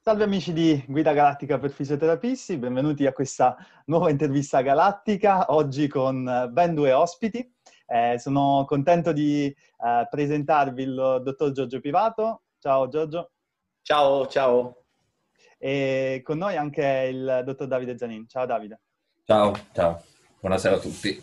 Salve amici di Guida Galattica per Fisioterapisti, benvenuti a questa nuova intervista galattica, oggi con ben due ospiti. Sono contento di presentarvi il dottor Giorgio Pivato. Ciao Giorgio. Ciao, ciao. E con noi anche il dottor Davide Zanin. Ciao Davide. Ciao, ciao. Buonasera a tutti.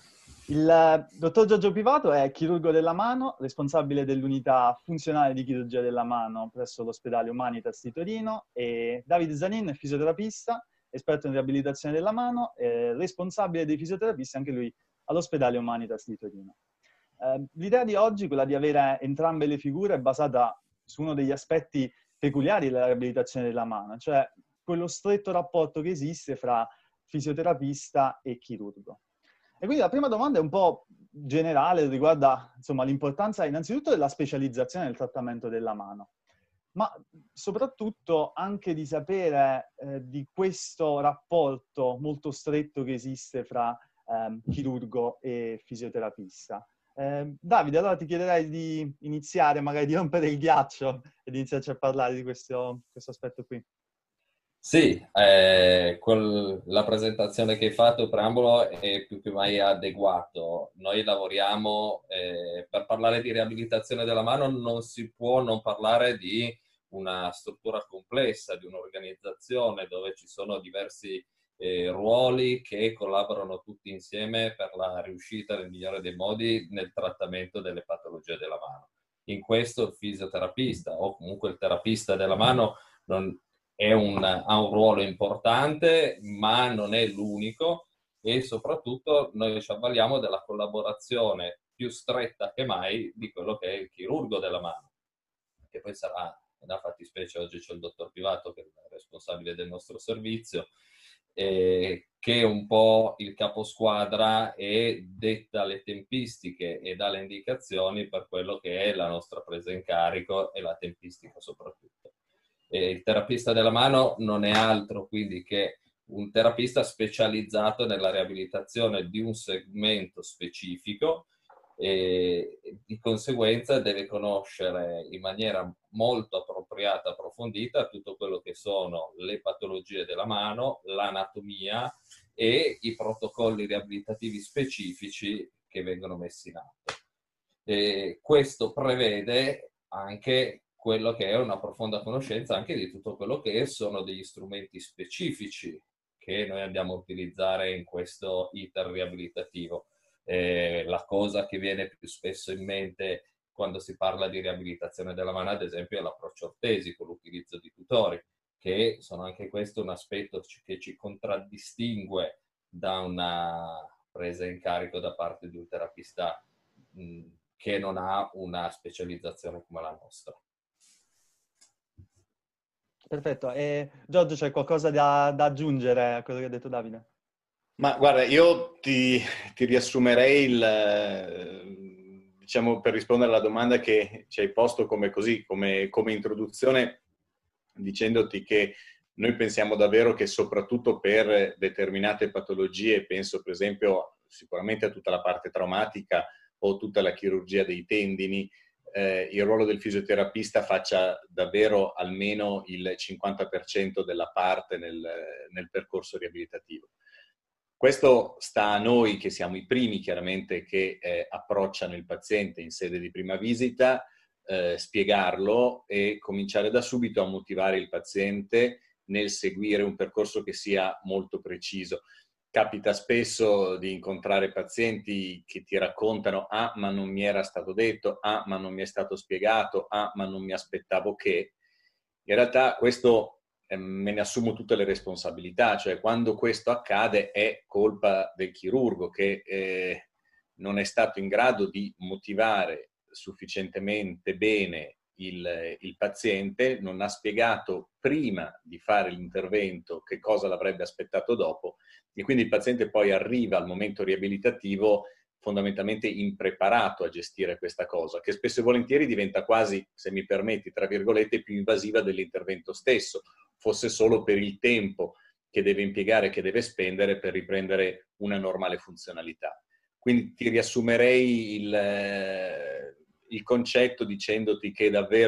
Il dottor Giorgio Pivato è chirurgo della mano, responsabile dell'unità funzionale di chirurgia della mano presso l'ospedale Humanitas di Torino, e Davide Zanin è fisioterapista, esperto in riabilitazione della mano, responsabile dei fisioterapisti anche lui all'ospedale Humanitas di Torino. L'idea di oggi, quella di avere entrambe le figure, è basata su uno degli aspetti peculiari della riabilitazione della mano, cioè quello stretto rapporto che esiste fra fisioterapista e chirurgo. E quindi la prima domanda è un po' generale, riguarda insomma l'importanza innanzitutto della specializzazione nel trattamento della mano, ma soprattutto anche di sapere di questo rapporto molto stretto che esiste fra chirurgo e fisioterapista. Davide, allora ti chiederei di iniziare, magari di rompere il ghiaccio e di iniziarci a parlare di questo aspetto qui. Sì, la presentazione che hai fatto, il preambolo, è più che mai adeguato. Noi lavoriamo, per parlare di riabilitazione della mano non si può non parlare di una struttura complessa, di un'organizzazione dove ci sono diversi ruoli che collaborano tutti insieme per la riuscita nel migliore dei modi nel trattamento delle patologie della mano. In questo il fisioterapista o comunque il terapista della mano ha un ruolo importante, ma non è l'unico, e soprattutto noi ci avvaliamo della collaborazione più stretta che mai di quello che è il chirurgo della mano, che poi sarà, nella fattispecie oggi c'è il dottor Pivato che è il responsabile del nostro servizio, che è un po' il caposquadra e detta le tempistiche e dà le indicazioni per quello che è la nostra presa in carico e la tempistica soprattutto. Il terapista della mano non è altro quindi che un terapista specializzato nella riabilitazione di un segmento specifico e di conseguenza deve conoscere in maniera molto appropriata, approfondita, tutto quello che sono le patologie della mano, l'anatomia e i protocolli riabilitativi specifici che vengono messi in atto. E questo prevede anche quello che è una profonda conoscenza anche di tutto quello che sono degli strumenti specifici che noi andiamo a utilizzare in questo iter riabilitativo. La cosa che viene più spesso in mente quando si parla di riabilitazione della mano, ad esempio, è l'approccio ortesico, l'utilizzo di tutori, che sono anche questo un aspetto che ci contraddistingue da una presa in carico da parte di un terapista che non ha una specializzazione come la nostra. Perfetto. E Giorgio, c'è qualcosa da aggiungere a quello che ha detto Davide? Ma guarda, io ti riassumerei diciamo, per rispondere alla domanda che ci hai posto come introduzione, dicendoti che noi pensiamo davvero che soprattutto per determinate patologie, penso per esempio sicuramente a tutta la parte traumatica o tutta la chirurgia dei tendini, il ruolo del fisioterapista faccia davvero almeno il 50% della parte nel percorso riabilitativo. Questo sta a noi, che siamo i primi chiaramente che approcciano il paziente in sede di prima visita, spiegarlo e cominciare da subito a motivare il paziente nel seguire un percorso che sia molto preciso. Capita spesso di incontrare pazienti che ti raccontano «Ah, ma non mi era stato detto», «Ah, ma non mi è stato spiegato», «Ah, ma non mi aspettavo che». In realtà questo me ne assumo tutte le responsabilità, cioè quando questo accade è colpa del chirurgo che non è stato in grado di motivare sufficientemente bene il paziente, non ha spiegato prima di fare l'intervento che cosa l'avrebbe aspettato dopo, e quindi il paziente poi arriva al momento riabilitativo fondamentalmente impreparato a gestire questa cosa, che spesso e volentieri diventa quasi, se mi permetti, tra virgolette, più invasiva dell'intervento stesso, fosse solo per il tempo che deve impiegare, che deve spendere per riprendere una normale funzionalità. Quindi ti riassumerei il concetto dicendoti che davvero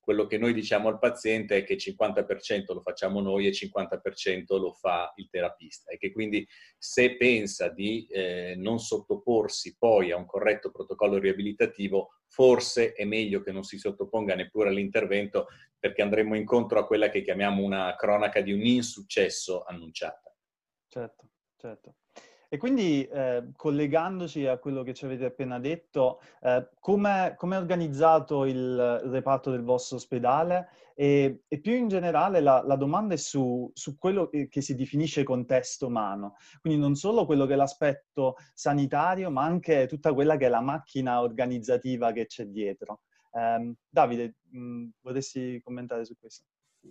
quello che noi diciamo al paziente è che 50% lo facciamo noi e 50% lo fa il terapista, e che quindi se pensa di non sottoporsi poi a un corretto protocollo riabilitativo, forse è meglio che non si sottoponga neppure all'intervento, perché andremo incontro a quella che chiamiamo una cronaca di un insuccesso annunciata. Certo, certo. E quindi, collegandoci a quello che ci avete appena detto, come è organizzato il reparto del vostro ospedale? E più in generale la domanda è su quello che si definisce contesto umano. Quindi non solo quello che è l'aspetto sanitario, ma anche tutta quella che è la macchina organizzativa che c'è dietro. Davide, vorresti commentare su questo?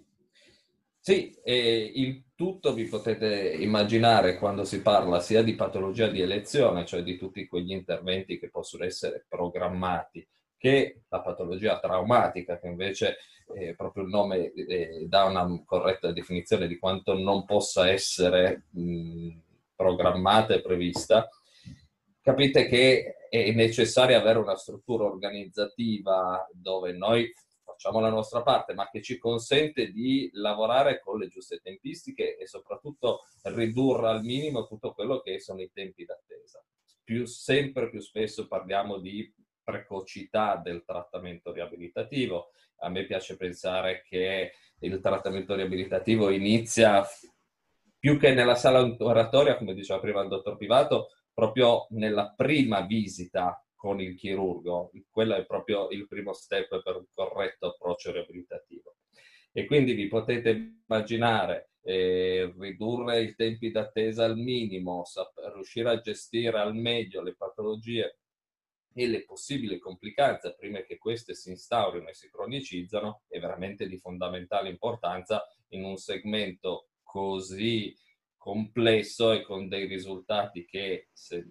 Sì, e il tutto vi potete immaginare quando si parla sia di patologia di elezione, cioè di tutti quegli interventi che possono essere programmati, che la patologia traumatica, che invece proprio il nome dà una corretta definizione di quanto non possa essere programmata e prevista. Capite che è necessario avere una struttura organizzativa dove noi facciamo la nostra parte, ma che ci consente di lavorare con le giuste tempistiche e soprattutto ridurre al minimo tutto quello che sono i tempi d'attesa. Sempre più spesso parliamo di precocità del trattamento riabilitativo. A me piace pensare che il trattamento riabilitativo inizia più che nella sala operatoria, come diceva prima il dottor Pivato, proprio nella prima visita con il chirurgo. Quello è proprio il primo step per un corretto approccio riabilitativo. E quindi vi potete immaginare ridurre i tempi d'attesa al minimo, riuscire a gestire al meglio le patologie e le possibili complicanze prima che queste si instaurino e si cronicizzano, è veramente di fondamentale importanza in un segmento così complesso e con dei risultati che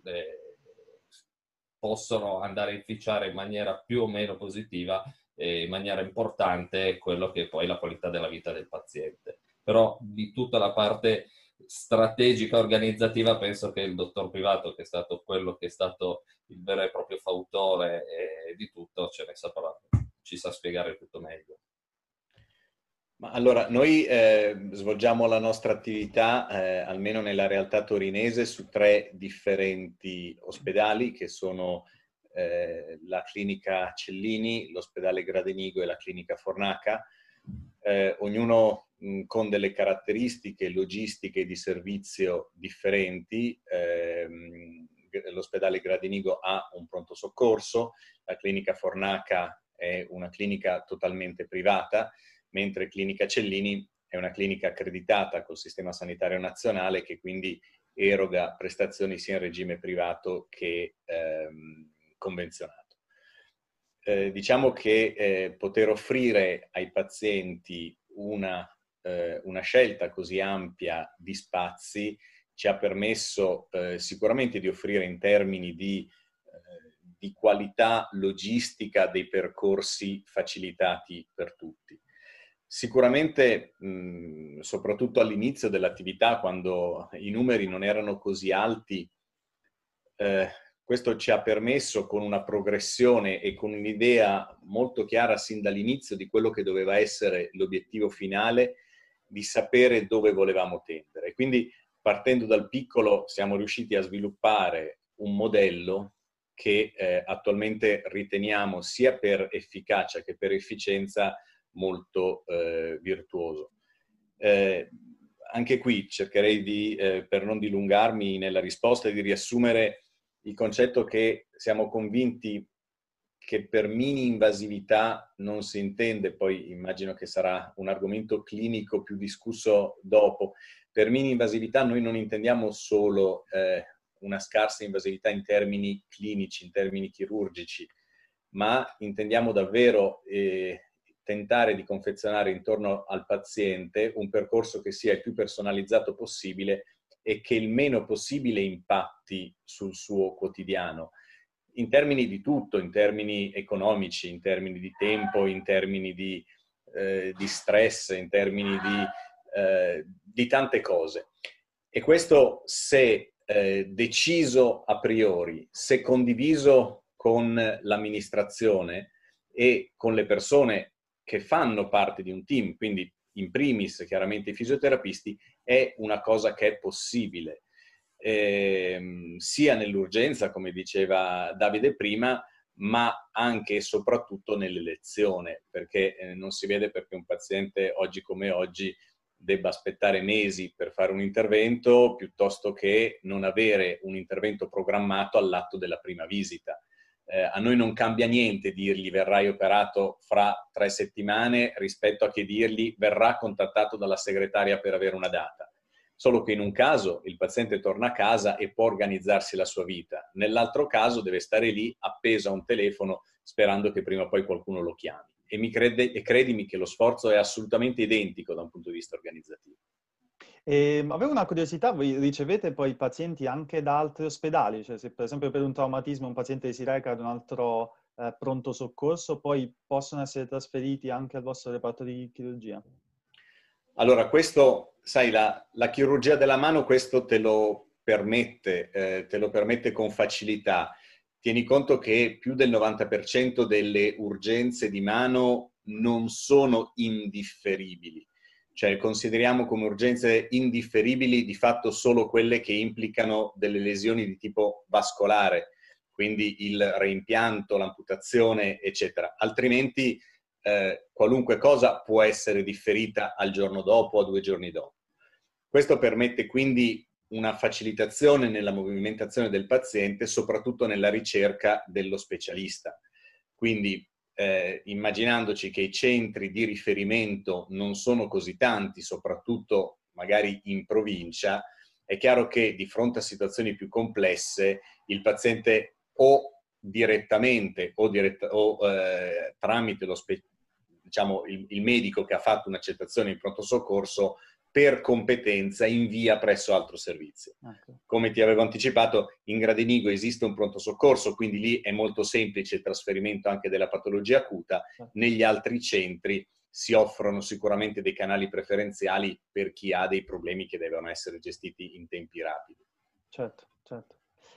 possono andare a inficiare in maniera più o meno positiva e in maniera importante quello che è poi la qualità della vita del paziente. Però di tutta la parte strategica organizzativa penso che il dottor Pivato, che è stato quello che è stato il vero e proprio fautore di tutto, ci sa spiegare tutto meglio. Ma allora, noi svolgiamo la nostra attività, almeno nella realtà torinese, su 3 differenti ospedali, che sono la clinica Cellini, l'ospedale Gradenigo e la clinica Fornaca, ognuno con delle caratteristiche logistiche e di servizio differenti. L'ospedale Gradenigo ha un pronto soccorso, la clinica Fornaca è una clinica totalmente privata, mentre Clinica Cellini è una clinica accreditata col Sistema Sanitario Nazionale, che quindi eroga prestazioni sia in regime privato che convenzionato. Diciamo che poter offrire ai pazienti una scelta così ampia di spazi ci ha permesso sicuramente di offrire in termini di qualità logistica dei percorsi facilitati per tutti. Sicuramente, soprattutto all'inizio dell'attività, quando i numeri non erano così alti, questo ci ha permesso, con una progressione e con un'idea molto chiara sin dall'inizio di quello che doveva essere l'obiettivo finale, di sapere dove volevamo tendere. Quindi, partendo dal piccolo, siamo riusciti a sviluppare un modello che attualmente riteniamo sia per efficacia che per efficienza molto virtuoso. Anche qui cercherei di, per non dilungarmi nella risposta, di riassumere il concetto che siamo convinti che per mini-invasività non si intende, poi immagino che sarà un argomento clinico più discusso dopo, per mini-invasività noi non intendiamo solo una scarsa invasività in termini clinici, in termini chirurgici, ma intendiamo davvero tentare di confezionare intorno al paziente un percorso che sia il più personalizzato possibile e che il meno possibile impatti sul suo quotidiano, in termini di tutto, in termini economici, in termini di tempo, in termini di stress, in termini di tante cose. E questo, se deciso a priori, se condiviso con l'amministrazione e con le persone che fanno parte di un team, quindi in primis chiaramente i fisioterapisti, è una cosa che è possibile, sia nell'urgenza, come diceva Davide prima, ma anche e soprattutto nell'elezione, perché non si vede perché un paziente oggi come oggi debba aspettare mesi per fare un intervento piuttosto che non avere un intervento programmato all'atto della prima visita. A noi non cambia niente dirgli verrai operato fra 3 settimane rispetto a che dirgli verrà contattato dalla segretaria per avere una data. Solo che in un caso il paziente torna a casa e può organizzarsi la sua vita, nell'altro caso deve stare lì appeso a un telefono sperando che prima o poi qualcuno lo chiami. E credimi che lo sforzo è assolutamente identico da un punto di vista organizzativo. Avevo una curiosità, voi ricevete poi pazienti anche da altri ospedali? Cioè se per esempio per un traumatismo un paziente si reca ad un altro pronto soccorso, poi possono essere trasferiti anche al vostro reparto di chirurgia? Allora, questo, sai, la chirurgia della mano questo te lo permette con facilità. Tieni conto che più del 90% delle urgenze di mano non sono indifferibili. Cioè, consideriamo come urgenze indifferibili di fatto solo quelle che implicano delle lesioni di tipo vascolare, quindi il reimpianto, l'amputazione, eccetera. Altrimenti qualunque cosa può essere differita al giorno dopo o a 2 giorni dopo. Questo permette quindi una facilitazione nella movimentazione del paziente, soprattutto nella ricerca dello specialista. Quindi immaginandoci che i centri di riferimento non sono così tanti, soprattutto magari in provincia, è chiaro che di fronte a situazioni più complesse il paziente o direttamente o tramite diciamo, il medico che ha fatto un'accettazione in pronto soccorso per competenza invia presso altro servizio. Okay. Come ti avevo anticipato, in Gradenigo esiste un pronto soccorso, quindi lì è molto semplice il trasferimento anche della patologia acuta. Negli altri centri si offrono sicuramente dei canali preferenziali per chi ha dei problemi che devono essere gestiti in tempi rapidi. Certo, certo.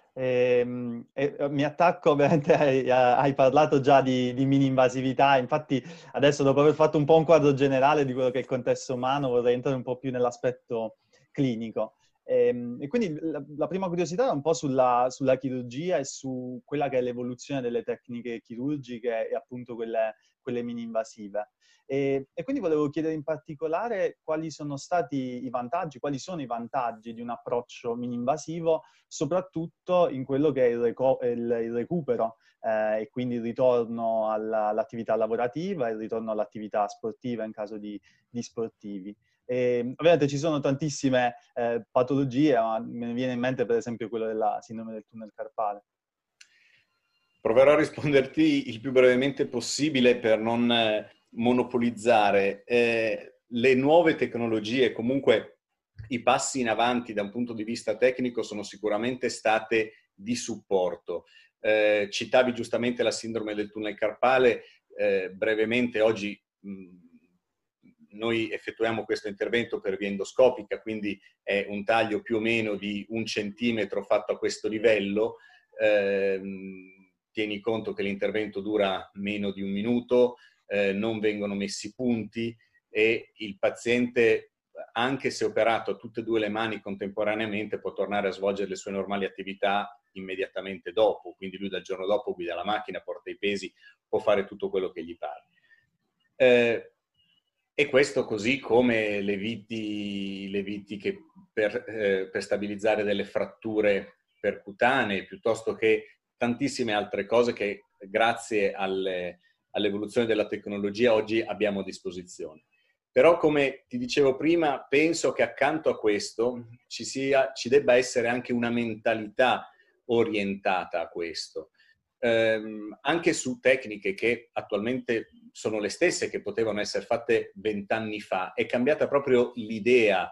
Mi attacco, ovviamente hai parlato già di mini-invasività, infatti adesso dopo aver fatto un po' un quadro generale di quello che è il contesto umano vorrei entrare un po' più nell'aspetto clinico. E quindi la prima curiosità è un po' sulla chirurgia e su quella che è l'evoluzione delle tecniche chirurgiche e appunto quelle mini-invasive. E quindi volevo chiedere in particolare quali sono stati i vantaggi, quali sono i vantaggi di un approccio mini-invasivo, soprattutto in quello che è il recupero e quindi il ritorno all'attività lavorativa e il ritorno all'attività sportiva in caso di sportivi. Ovviamente ci sono tantissime patologie, ma me ne viene in mente per esempio quello della sindrome del tunnel carpale. Proverò a risponderti il più brevemente possibile per non monopolizzare. Le nuove tecnologie, comunque i passi in avanti da un punto di vista tecnico sono sicuramente state di supporto. Citavi giustamente la sindrome del tunnel carpale, brevemente oggi noi effettuiamo questo intervento per via endoscopica, quindi è un taglio più o meno di 1 centimetro fatto a questo livello. Tieni conto che l'intervento dura meno di 1 minuto, non vengono messi punti e il paziente, anche se operato a tutte e 2 le mani contemporaneamente, può tornare a svolgere le sue normali attività immediatamente dopo. Quindi lui dal giorno dopo guida la macchina, porta i pesi, può fare tutto quello che gli pare. E questo così come le viti che per stabilizzare delle fratture percutanee, piuttosto che tantissime altre cose che grazie all'evoluzione della tecnologia oggi abbiamo a disposizione. Però come ti dicevo prima, penso che accanto a questo ci debba essere anche una mentalità orientata a questo. Anche su tecniche che attualmente sono le stesse che potevano essere fatte 20 anni fa, è cambiata proprio l'idea.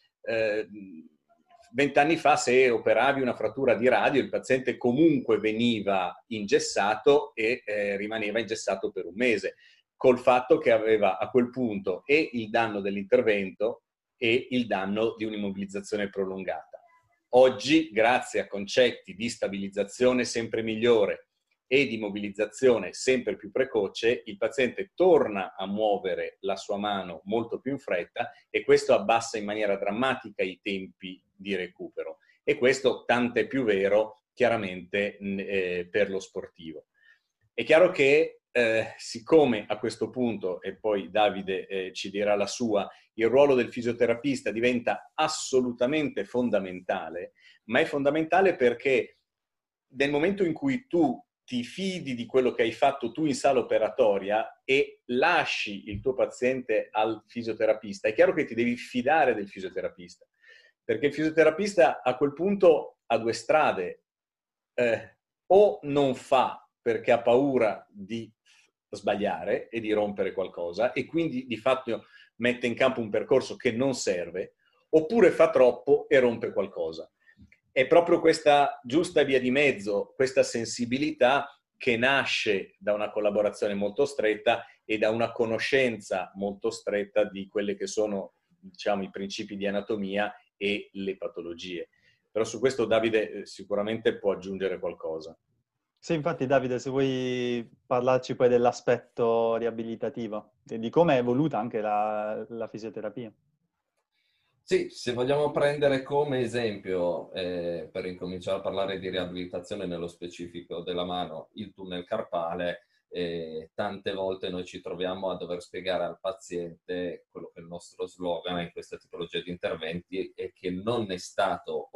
20 anni fa, se operavi una frattura di radio, il paziente comunque veniva ingessato e rimaneva ingessato per 1 mese, col fatto che aveva a quel punto e il danno dell'intervento e il danno di un'immobilizzazione prolungata. Oggi, grazie a concetti di stabilizzazione sempre migliore, e di mobilizzazione sempre più precoce, il paziente torna a muovere la sua mano molto più in fretta e questo abbassa in maniera drammatica i tempi di recupero. E questo tant'è più vero chiaramente per lo sportivo. È chiaro che siccome a questo punto, e poi Davide ci dirà la sua, il ruolo del fisioterapista diventa assolutamente fondamentale, ma è fondamentale perché nel momento in cui tu ti fidi di quello che hai fatto tu in sala operatoria e lasci il tuo paziente al fisioterapista, è chiaro che ti devi fidare del fisioterapista, perché il fisioterapista a quel punto ha due strade, o non fa perché ha paura di sbagliare e di rompere qualcosa e quindi di fatto mette in campo un percorso che non serve, oppure fa troppo e rompe qualcosa. È proprio questa giusta via di mezzo, questa sensibilità che nasce da una collaborazione molto stretta e da una conoscenza molto stretta di quelle che sono, diciamo, i principi di anatomia e le patologie. Però su questo Davide sicuramente può aggiungere qualcosa. Sì, infatti Davide, se vuoi parlarci poi dell'aspetto riabilitativo e di come è evoluta anche la fisioterapia. Sì, se vogliamo prendere come esempio, per incominciare a parlare di riabilitazione nello specifico della mano, il tunnel carpale, tante volte noi ci troviamo a dover spiegare al paziente quello che è il nostro slogan in questa tipologia di interventi è che non è stato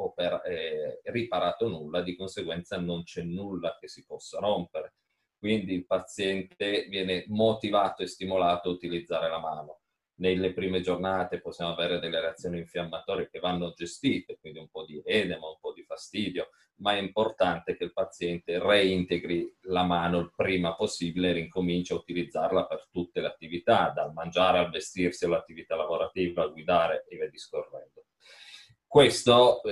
riparato nulla, di conseguenza non c'è nulla che si possa rompere. Quindi il paziente viene motivato e stimolato a utilizzare la mano. Nelle prime giornate possiamo avere delle reazioni infiammatorie che vanno gestite, quindi un po' di edema, un po' di fastidio, ma è importante che il paziente reintegri la mano il prima possibile e ricominci a utilizzarla per tutte le attività, dal mangiare al vestirsi all'attività lavorativa, a guidare e via discorrendo. Questo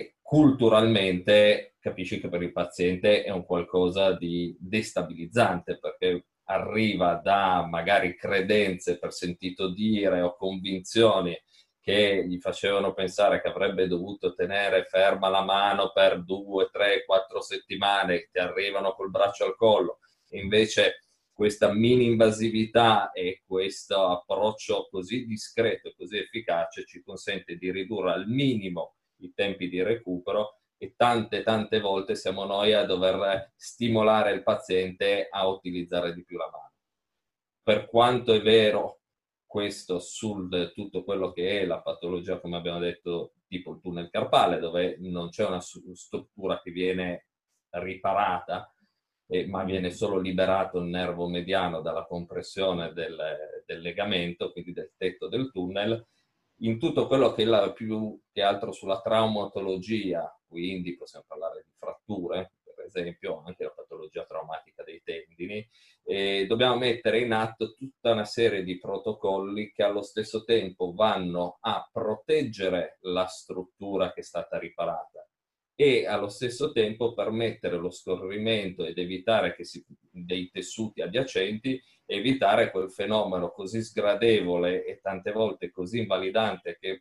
culturalmente capisci che per il paziente è un qualcosa di destabilizzante perché arriva da magari credenze per sentito dire o convinzioni che gli facevano pensare che avrebbe dovuto tenere ferma la mano per 2, 3, 4 settimane, ti arrivano col braccio al collo. Invece questa mini invasività e questo approccio così discreto e così efficace ci consente di ridurre al minimo i tempi di recupero e tante volte siamo noi a dover stimolare il paziente a utilizzare di più la mano. Per quanto è vero questo sul tutto quello che è la patologia, come abbiamo detto, tipo il tunnel carpale, dove non c'è una struttura che viene riparata, ma viene solo liberato il nervo mediano dalla compressione del legamento, quindi del tetto del tunnel. In tutto quello che è più che altro sulla traumatologia, quindi possiamo parlare di fratture, per esempio, anche la patologia traumatica dei tendini, dobbiamo mettere in atto tutta una serie di protocolli che allo stesso tempo vanno a proteggere la struttura che è stata riparata e allo stesso tempo permettere lo scorrimento ed evitare che dei tessuti adiacenti, evitare quel fenomeno così sgradevole e tante volte così invalidante che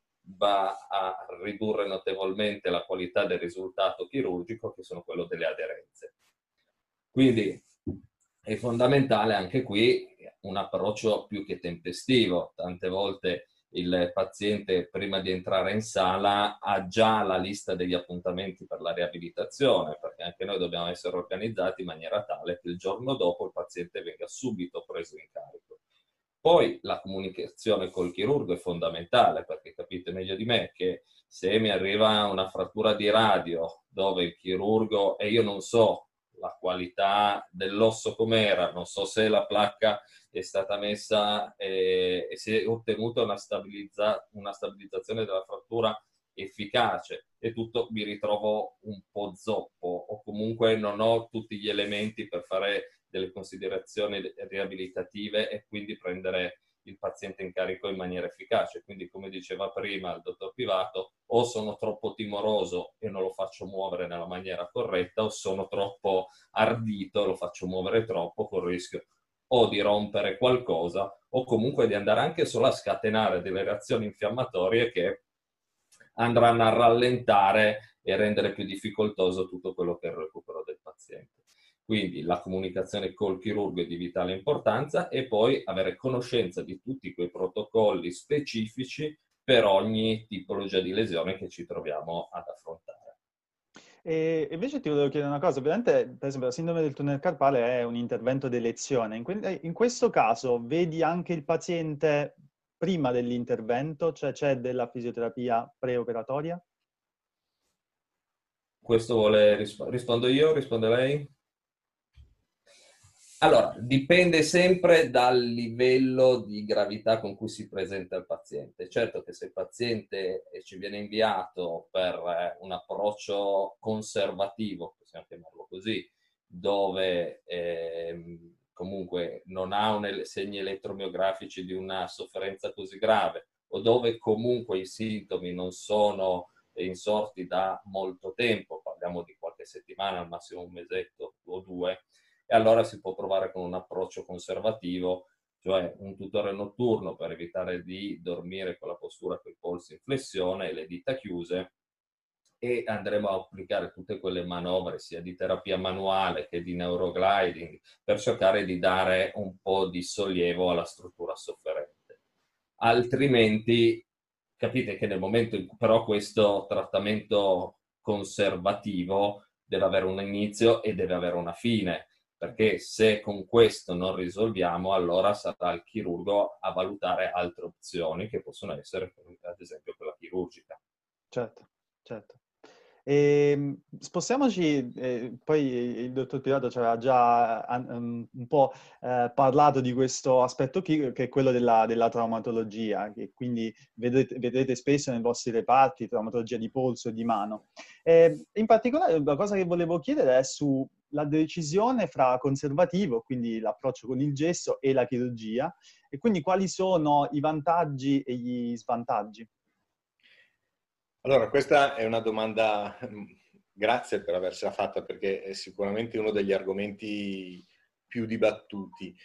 va a ridurre notevolmente la qualità del risultato chirurgico, che sono quello delle aderenze. Quindi è fondamentale anche qui un approccio più che tempestivo. Tante volte il paziente prima di entrare in sala ha già la lista degli appuntamenti per la riabilitazione, perché anche noi dobbiamo essere organizzati in maniera tale che il giorno dopo il paziente venga subito preso in carico. Poi la comunicazione col chirurgo è fondamentale, perché capite meglio di me che se mi arriva una frattura di radio dove il chirurgo, e io non so la qualità dell'osso com'era, non so se la placca è stata messa e si è ottenuta una stabilizzazione della frattura efficace e tutto, mi ritrovo un po' zoppo o comunque non ho tutti gli elementi per fare delle considerazioni riabilitative e quindi prendere il paziente in carico in maniera efficace. Quindi, come diceva prima il dottor Pivato, o sono troppo timoroso e non lo faccio muovere nella maniera corretta, o sono troppo ardito e lo faccio muovere troppo, con il rischio o di rompere qualcosa o comunque di andare anche solo a scatenare delle reazioni infiammatorie che andranno a rallentare e rendere più difficoltoso tutto quello che è il recupero del paziente. Quindi la comunicazione col chirurgo è di vitale importanza e poi avere conoscenza di tutti quei protocolli specifici per ogni tipologia di lesione che ci troviamo ad affrontare. E invece ti volevo chiedere una cosa, ovviamente per esempio la sindrome del tunnel carpale è un intervento di elezione, in questo caso vedi anche il paziente prima dell'intervento, cioè c'è della fisioterapia preoperatoria? Questo vuole rispondo io, risponde lei? Allora, dipende sempre dal livello di gravità con cui si presenta il paziente. Certo che se il paziente ci viene inviato per un approccio conservativo, possiamo chiamarlo così, dove comunque non ha segni elettromiografici di una sofferenza così grave, o dove comunque i sintomi non sono insorti da molto tempo, parliamo di qualche settimana, al massimo un mesetto o due, e allora si può provare con un approccio conservativo, cioè un tutore notturno per evitare di dormire con la postura con i polsi in flessione e le dita chiuse, e andremo a applicare tutte quelle manovre sia di terapia manuale che di neurogliding per cercare di dare un po' di sollievo alla struttura sofferente. Altrimenti capite che nel momento in cui però questo trattamento conservativo deve avere un inizio e deve avere una fine, perché se con questo non risolviamo, allora sarà il chirurgo a valutare altre opzioni che possono essere, ad esempio, quella chirurgica. Certo, certo. Spostiamoci, poi il dottor Pirato ci aveva già un po' parlato di questo aspetto qui, che è quello della traumatologia, che quindi vedrete spesso nei vostri reparti, traumatologia di polso e di mano. In particolare la cosa che volevo chiedere è sulla decisione fra conservativo, quindi l'approccio con il gesso, e la chirurgia, e quindi quali sono i vantaggi e gli svantaggi. Allora, questa è una domanda, grazie per avercela fatta, perché è sicuramente uno degli argomenti più dibattuti.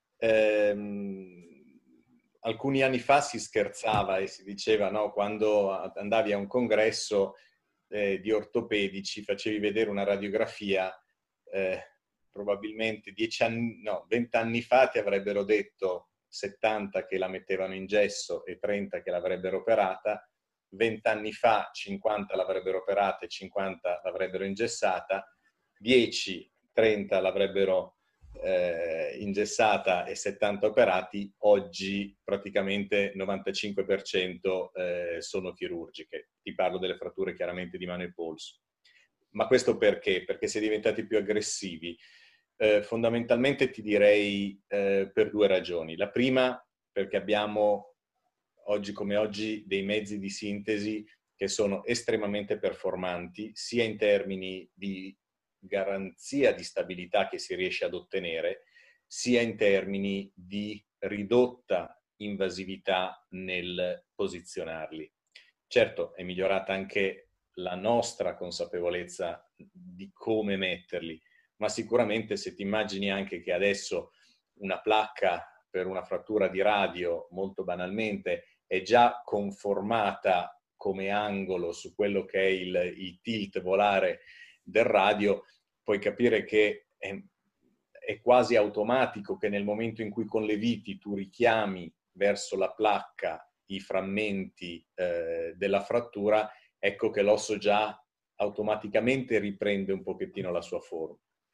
Alcuni anni fa si scherzava e si diceva, no, quando andavi a un congresso di ortopedici, facevi vedere una radiografia, probabilmente 20 anni fa ti avrebbero detto 70 che la mettevano in gesso e 30 che l'avrebbero operata, 20 anni fa 50 l'avrebbero operata e 50 l'avrebbero ingessata, 10, 30 l'avrebbero ingessata e 70 operati, oggi praticamente 95% sono chirurgiche. Ti parlo delle fratture chiaramente di mano e polso. Ma questo perché? Perché si è diventati più aggressivi. Fondamentalmente ti direi per due ragioni. La prima, perché abbiamo oggi come oggi dei mezzi di sintesi che sono estremamente performanti, sia in termini di garanzia di stabilità che si riesce ad ottenere, sia in termini di ridotta invasività nel posizionarli. Certo, è migliorata anche la nostra consapevolezza di come metterli, ma sicuramente se ti immagini anche che adesso una placca per una frattura di radio, molto banalmente, è già conformata come angolo su quello che è il tilt volare del radio, puoi capire che è quasi automatico che nel momento in cui con le viti tu richiami verso la placca i frammenti della frattura, ecco che l'osso già automaticamente riprende un pochettino la sua forma.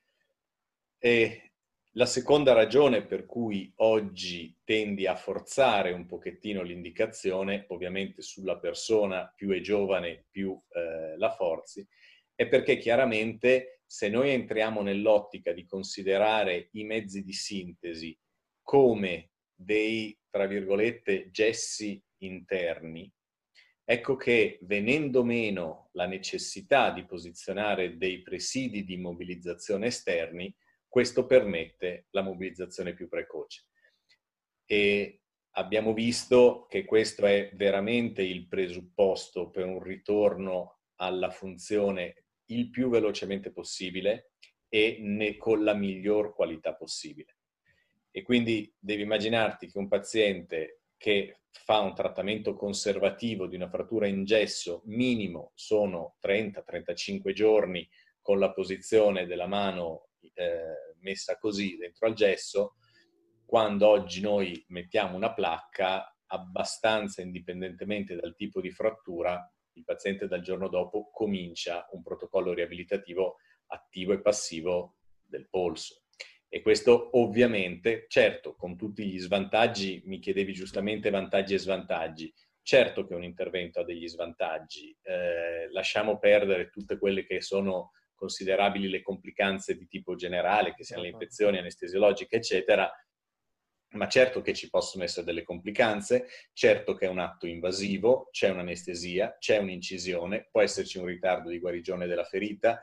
E la seconda ragione per cui oggi tendi a forzare un pochettino l'indicazione, ovviamente sulla persona più è giovane più la forzi, è perché chiaramente se noi entriamo nell'ottica di considerare i mezzi di sintesi come dei, tra virgolette, gessi interni, ecco che venendo meno la necessità di posizionare dei presidi di immobilizzazione esterni, questo permette la mobilizzazione più precoce. E abbiamo visto che questo è veramente il presupposto per un ritorno alla funzione il più velocemente possibile e con la miglior qualità possibile. E quindi devi immaginarti che un paziente che fa un trattamento conservativo di una frattura in gesso minimo sono 30-35 giorni con la posizione della mano messa così dentro al gesso, quando oggi noi mettiamo una placca, abbastanza indipendentemente dal tipo di frattura, il paziente dal giorno dopo comincia un protocollo riabilitativo attivo e passivo del polso. E questo ovviamente, certo, con tutti gli svantaggi, mi chiedevi giustamente vantaggi e svantaggi, certo che un intervento ha degli svantaggi, lasciamo perdere tutte quelle che sono considerabili le complicanze di tipo generale, che siano le infezioni anestesiologiche, eccetera, ma certo che ci possono essere delle complicanze, certo che è un atto invasivo, c'è un'anestesia, c'è un'incisione, può esserci un ritardo di guarigione della ferita,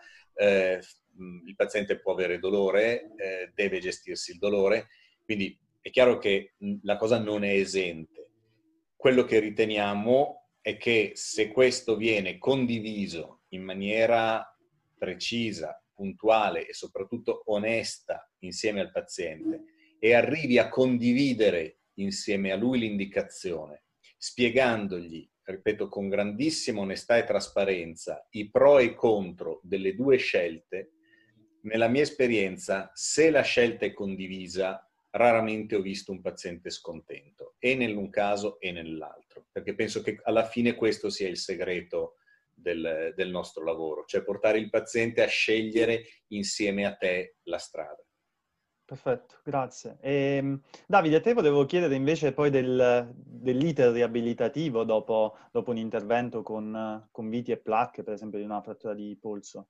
il paziente può avere dolore, deve gestirsi il dolore, quindi è chiaro che la cosa non è esente. Quello che riteniamo è che se questo viene condiviso in maniera precisa, puntuale e soprattutto onesta insieme al paziente e arrivi a condividere insieme a lui l'indicazione, spiegandogli, ripeto, con grandissima onestà e trasparenza, i pro e i contro delle due scelte, nella mia esperienza, se la scelta è condivisa, raramente ho visto un paziente scontento, e nell'un caso e nell'altro, perché penso che alla fine questo sia il segreto del nostro lavoro, cioè portare il paziente a scegliere insieme a te la strada. Perfetto, grazie. Davide, a te volevo chiedere invece poi dell'iter riabilitativo dopo un intervento con viti e placche, per esempio di una frattura di polso.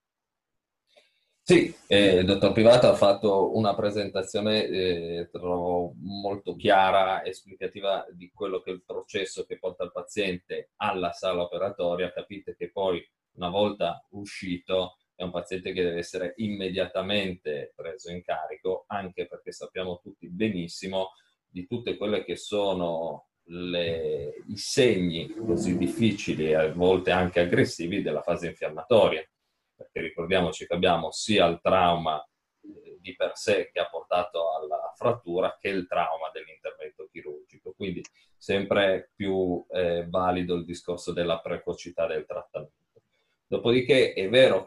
Sì, il dottor Pivato ha fatto una presentazione trovo molto chiara, esplicativa di quello che è il processo che porta il paziente alla sala operatoria. Capite che poi, una volta uscito, è un paziente che deve essere immediatamente preso in carico, anche perché sappiamo tutti benissimo di tutte quelle che sono i segni così difficili e a volte anche aggressivi della fase infiammatoria. Perché ricordiamoci che abbiamo sia il trauma di per sé che ha portato alla frattura che il trauma dell'intervento chirurgico. Quindi sempre più valido il discorso della precocità del trattamento. Dopodiché è vero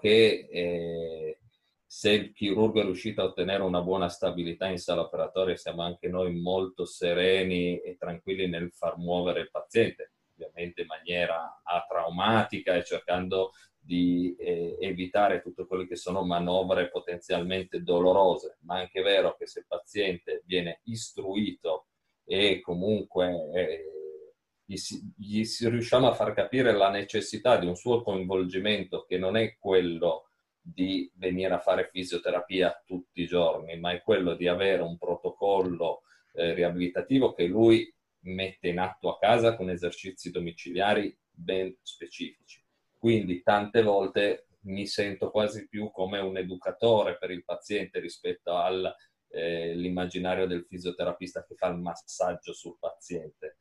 che se il chirurgo è riuscito a ottenere una buona stabilità in sala operatoria, siamo anche noi molto sereni e tranquilli nel far muovere il paziente, ovviamente in maniera atraumatica e cercando di evitare tutte quelle che sono manovre potenzialmente dolorose, ma è anche vero che se il paziente viene istruito e comunque gli riusciamo a far capire la necessità di un suo coinvolgimento, che non è quello di venire a fare fisioterapia tutti i giorni, ma è quello di avere un protocollo riabilitativo che lui mette in atto a casa con esercizi domiciliari ben specifici. Quindi tante volte mi sento quasi più come un educatore per il paziente rispetto all'immaginario del fisioterapista che fa il massaggio sul paziente.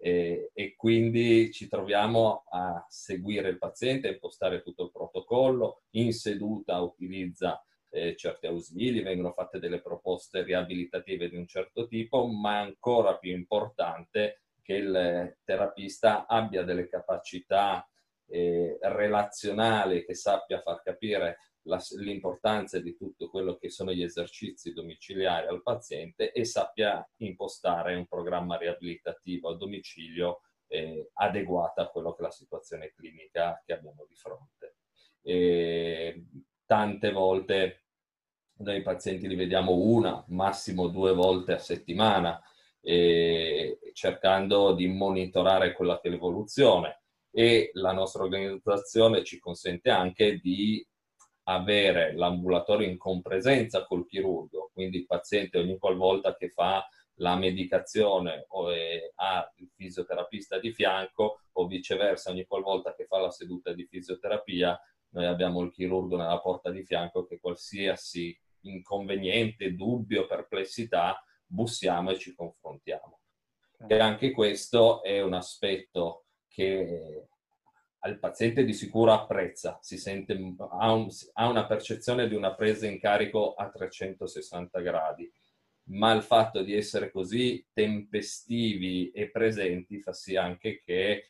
E quindi ci troviamo a seguire il paziente, a impostare tutto il protocollo. In seduta utilizza certi ausili, vengono fatte delle proposte riabilitative di un certo tipo, ma ancora più importante che il terapista abbia delle capacità relazionali, che sappia far capire l'importanza di tutto quello che sono gli esercizi domiciliari al paziente e sappia impostare un programma riabilitativo a domicilio adeguato a quello che è la situazione clinica che abbiamo di fronte. Tante volte noi i pazienti li vediamo una, massimo 2 volte a settimana, cercando di monitorare quella che è l'evoluzione, e la nostra organizzazione ci consente anche di avere l'ambulatorio in compresenza col chirurgo, quindi il paziente ogni qualvolta che fa la medicazione ha il fisioterapista di fianco, o viceversa ogni qualvolta che fa la seduta di fisioterapia noi abbiamo il chirurgo nella porta di fianco che qualsiasi inconveniente, dubbio, perplessità, bussiamo e ci confrontiamo. E anche questo è un aspetto che il paziente di sicuro apprezza, si sente, ha una percezione di una presa in carico a 360 gradi, ma il fatto di essere così tempestivi e presenti fa sì anche che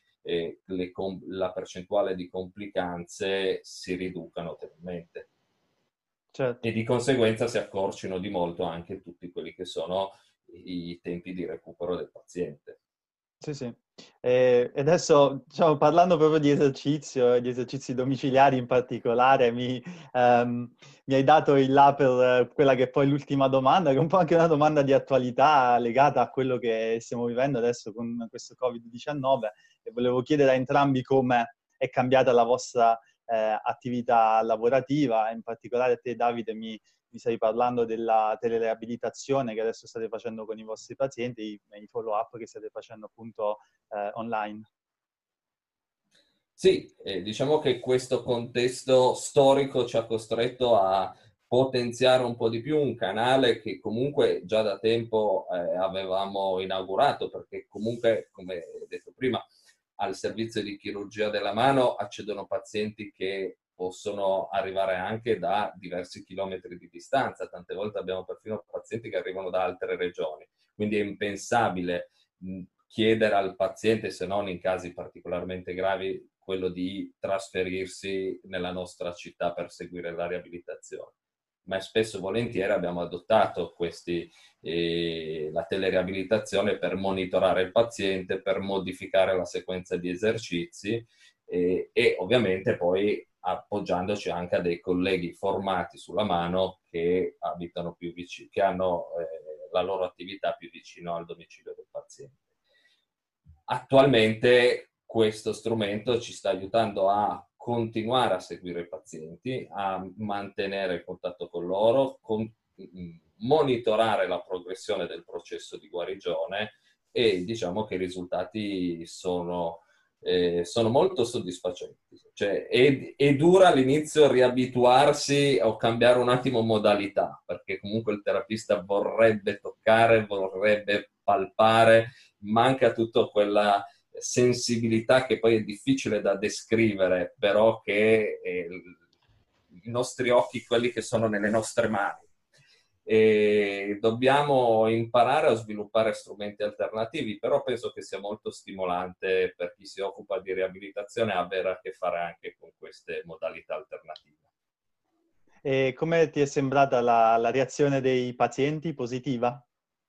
la percentuale di complicanze si riduca notevolmente. Certo. e di conseguenza si accorcino di molto anche tutti quelli che sono i tempi di recupero del paziente. Sì, sì. E adesso, diciamo, parlando proprio di esercizio e di esercizi domiciliari in particolare, mi hai dato il là per quella che è poi l'ultima domanda, che è un po' anche una domanda di attualità legata a quello che stiamo vivendo adesso con questo Covid-19, e volevo chiedere a entrambi come è cambiata la vostra attività lavorativa. In particolare a te, Davide, mi stai parlando della telereabilitazione che adesso state facendo con i vostri pazienti, i follow-up che state facendo appunto online. Sì, diciamo che questo contesto storico ci ha costretto a potenziare un po' di più un canale che comunque già da tempo avevamo inaugurato, perché comunque, come detto prima, al servizio di chirurgia della mano accedono pazienti che possono arrivare anche da diversi chilometri di distanza. Tante volte abbiamo perfino pazienti che arrivano da altre regioni, quindi è impensabile chiedere al paziente, se non in casi particolarmente gravi, quello di trasferirsi nella nostra città per seguire la riabilitazione. Ma spesso e volentieri abbiamo adottato la teleriabilitazione per monitorare il paziente, per modificare la sequenza di esercizi e ovviamente poi appoggiandoci anche a dei colleghi formati sulla mano che abitano più vicino, che hanno la loro attività più vicino al domicilio del paziente. Attualmente questo strumento ci sta aiutando a continuare a seguire i pazienti, a mantenere il contatto con loro, monitorare la progressione del processo di guarigione e diciamo che i risultati sono molto soddisfacenti. Cioè, è dura all'inizio riabituarsi o cambiare un attimo modalità, perché comunque il terapista vorrebbe toccare, vorrebbe palpare, manca tutta quella sensibilità che poi è difficile da descrivere, però che i nostri occhi, quelli che sono nelle nostre mani. E dobbiamo imparare a sviluppare strumenti alternativi, però penso che sia molto stimolante per chi si occupa di riabilitazione avere a che fare anche con queste modalità alternative. E come ti è sembrata la reazione dei pazienti? Positiva?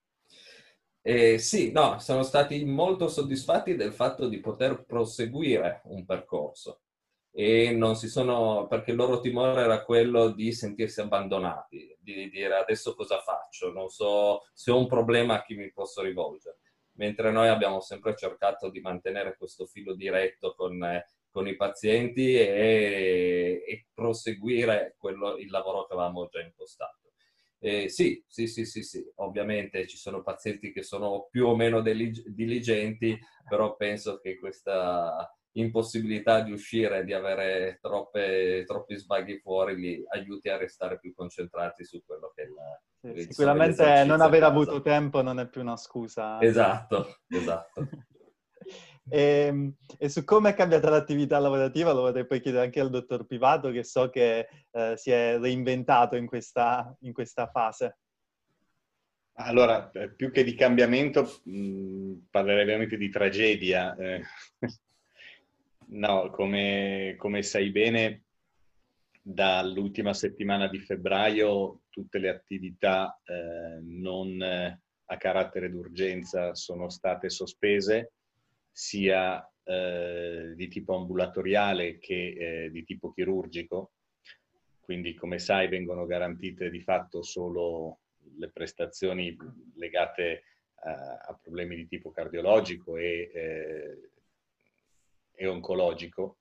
Sì, no, sono stati molto soddisfatti del fatto di poter proseguire un percorso e non si sono, perché il loro timore era quello di sentirsi abbandonati, di dire adesso cosa faccio, non so se ho un problema a chi mi posso rivolgere, mentre noi abbiamo sempre cercato di mantenere questo filo diretto con i pazienti e proseguire il lavoro che avevamo già impostato. Sì, ovviamente ci sono pazienti che sono più o meno diligenti, però penso che questa impossibilità di uscire, di avere troppi sbaghi fuori, li aiuti a restare più concentrati su quello che sono gli Sicuramente non esercizi a aver casa. avuto tempo non è più una scusa. Esatto. E su come è cambiata l'attività lavorativa lo vorrei poi chiedere anche al dottor Pivato, che so che si è reinventato in questa fase. Allora, più che di cambiamento, parlerei veramente di tragedia. No, come sai bene, dall'ultima settimana di febbraio tutte le attività non a carattere d'urgenza sono state sospese, sia di tipo ambulatoriale che di tipo chirurgico. Quindi, come sai, vengono garantite di fatto solo le prestazioni legate a problemi di tipo cardiologico e oncologico.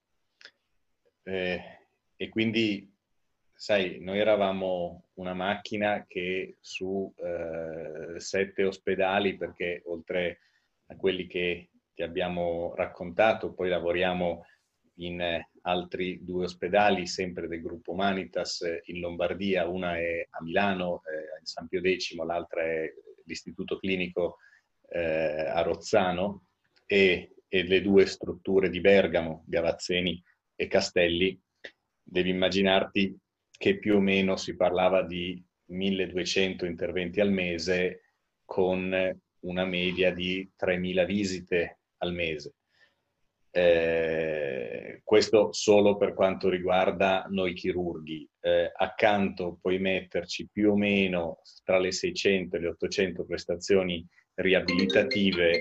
E quindi, sai, noi eravamo una macchina che su 7 ospedali, perché oltre a quelli che ti abbiamo raccontato, poi lavoriamo in altri 2 ospedali, sempre del gruppo Humanitas in Lombardia, una è a Milano, in San Pio X, l'altra è l'Istituto Clinico a Rozzano, e le 2 strutture di Bergamo, Gavazzeni e Castelli. Devi immaginarti che più o meno si parlava di 1200 interventi al mese con una media di 3000 visite al mese. Questo solo per quanto riguarda noi chirurghi. Accanto puoi metterci più o meno tra le 600 e le 800 prestazioni riabilitative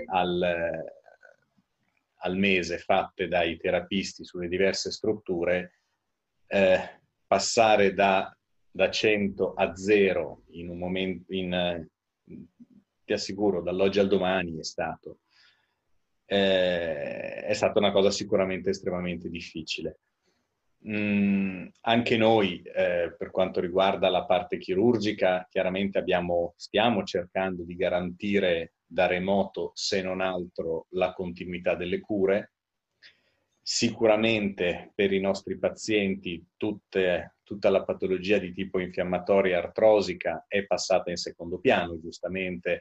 al mese fatte dai terapisti sulle diverse strutture. Passare da 100 a 0 in un momento, ti assicuro, dall'oggi al domani è stata una cosa sicuramente estremamente difficile. Anche noi, per quanto riguarda la parte chirurgica, chiaramente stiamo cercando di garantire da remoto, se non altro, la continuità delle cure. Sicuramente per i nostri pazienti tutta la patologia di tipo infiammatoria artrosica è passata in secondo piano, giustamente.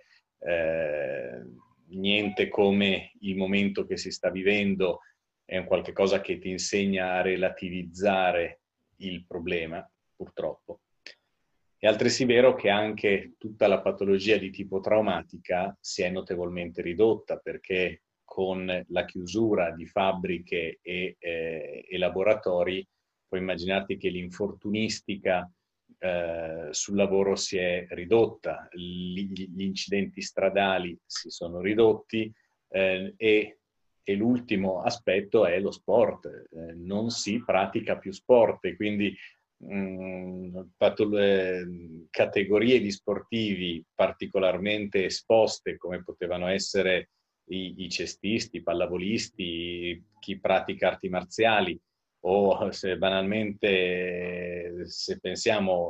Niente come il momento che si sta vivendo è un qualche cosa che ti insegna a relativizzare il problema, purtroppo. È altresì vero che anche tutta la patologia di tipo traumatica si è notevolmente ridotta, perché con la chiusura di fabbriche e laboratori, puoi immaginarti che l'infortunistica sul lavoro si è ridotta, gli incidenti stradali si sono ridotti e l'ultimo aspetto è lo sport. Non si pratica più sport e quindi categorie di sportivi particolarmente esposte, come potevano essere i cestisti, i pallavolisti, chi pratica arti marziali, o se banalmente, se pensiamo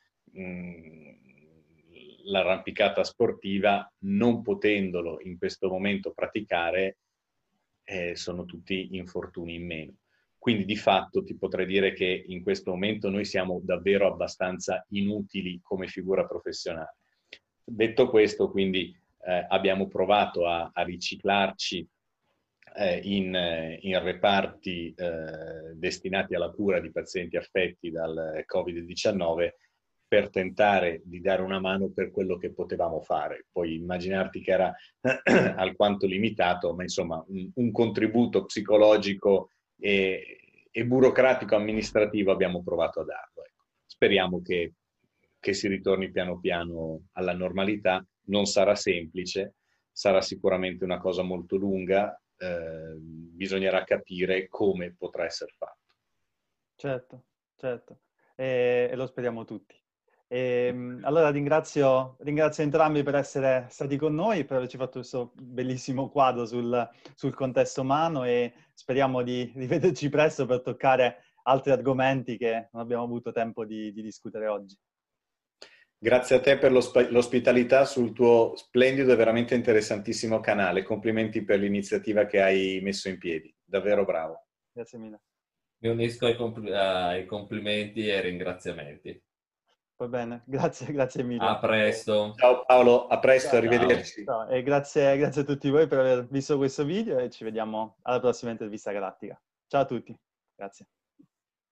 l'arrampicata sportiva, non potendolo in questo momento praticare, sono tutti infortuni in meno. Quindi di fatto ti potrei dire che in questo momento noi siamo davvero abbastanza inutili come figura professionale. Detto questo, quindi abbiamo provato a riciclarci in reparti destinati alla cura di pazienti affetti dal Covid-19 per tentare di dare una mano per quello che potevamo fare. Puoi immaginarti che era alquanto limitato, ma insomma un contributo psicologico e burocratico amministrativo abbiamo provato a darlo. Ecco. Speriamo che si ritorni piano piano alla normalità. Non sarà semplice, sarà sicuramente una cosa molto lunga, bisognerà capire come potrà essere fatto. Certo, certo, e lo speriamo tutti. Allora ringrazio entrambi per essere stati con noi, per averci fatto questo bellissimo quadro sul contesto umano, e speriamo di rivederci presto per toccare altri argomenti che non abbiamo avuto tempo di discutere oggi. Grazie a te per l'ospitalità sul tuo splendido e veramente interessantissimo canale. Complimenti per l'iniziativa che hai messo in piedi. Davvero bravo. Grazie mille. Mi unisco ai complimenti e ai ringraziamenti. Va bene, grazie mille. A presto. Ciao Paolo, a presto, Ciao. arrivederci. Ciao. E grazie a tutti voi per aver visto questo video, e ci vediamo alla prossima intervista galattica. Ciao a tutti, grazie.